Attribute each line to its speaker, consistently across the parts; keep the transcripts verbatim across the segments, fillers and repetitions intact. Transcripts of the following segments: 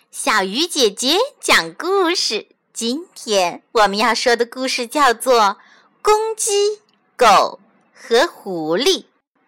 Speaker 1: 小鱼姐姐讲故事。今天我们要说的故事叫做《公鸡、狗和狐狸》。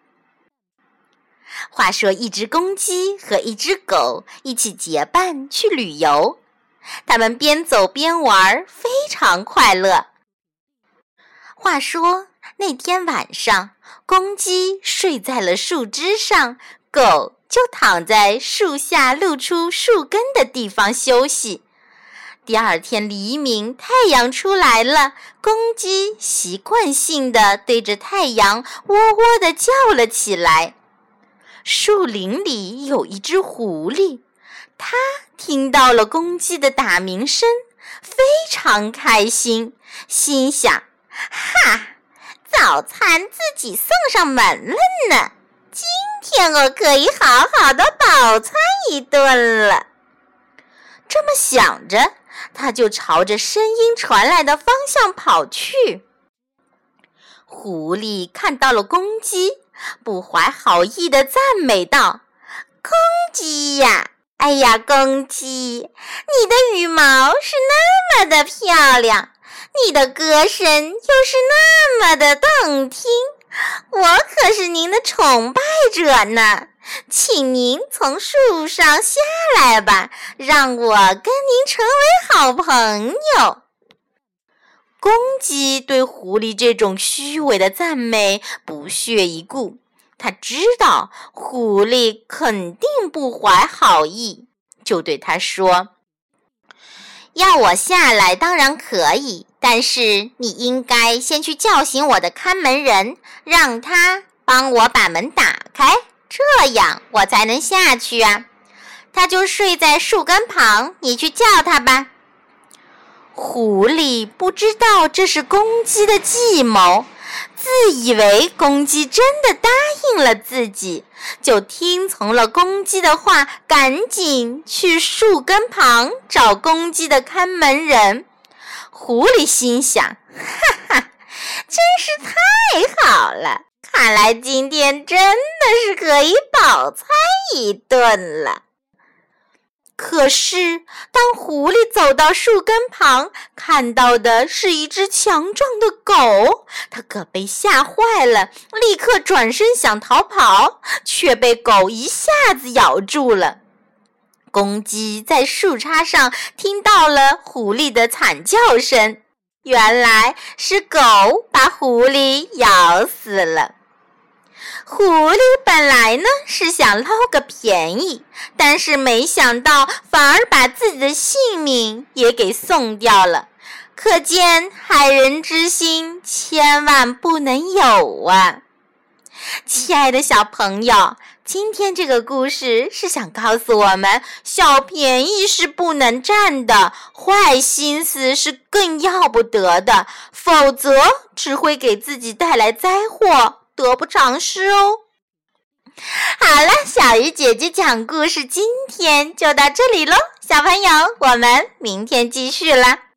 Speaker 1: 话说，一只公鸡和一只狗一起结伴去旅游，他们边走边玩，非常快乐。话说，那天晚上，公鸡睡在了树枝上，狗就躺在树下露出树根的地方休息。第二天黎明，太阳出来了，公鸡习惯性地对着太阳喔喔地叫了起来。树林里有一只狐狸，它听到了公鸡的打鸣声，非常开心，心想：哈，早餐自己送上门了呢，今天我可以好好的饱餐一顿了。这么想着，他就朝着声音传来的方向跑去。狐狸看到了公鸡，不怀好意地赞美道：公鸡呀，哎呀，公鸡，你的羽毛是那么的漂亮，你的歌声又是那么的动听，我可是您的崇拜者呢，请您从树上下来吧，让我跟您成为好朋友。公鸡对狐狸这种虚伪的赞美不屑一顾，他知道狐狸肯定不怀好意，就对他说：要我下来当然可以，但是你应该先去叫醒我的看门人，让他帮我把门打开，这样我才能下去啊。他就睡在树根旁，你去叫他吧。狐狸不知道这是公鸡的计谋，自以为公鸡真的答应了自己，就听从了公鸡的话，赶紧去树根旁找公鸡的看门人。狐狸心想：哈哈，真是太好了，看来今天真的是可以饱餐一顿了。可是当狐狸走到树根旁，看到的是一只强壮的狗，它可被吓坏了，立刻转身想逃跑，却被狗一下子咬住了。公鸡在树杈上听到了狐狸的惨叫声，原来是狗把狐狸咬死了。狐狸本来呢是想捞个便宜，但是没想到反而把自己的性命也给送掉了，可见害人之心千万不能有啊！亲爱的小朋友，今天这个故事是想告诉我们，小便宜是不能占的，坏心思是更要不得的，否则只会给自己带来灾祸，得不偿失哦。好了，小鱼姐姐讲故事今天就到这里咯，小朋友，我们明天继续了。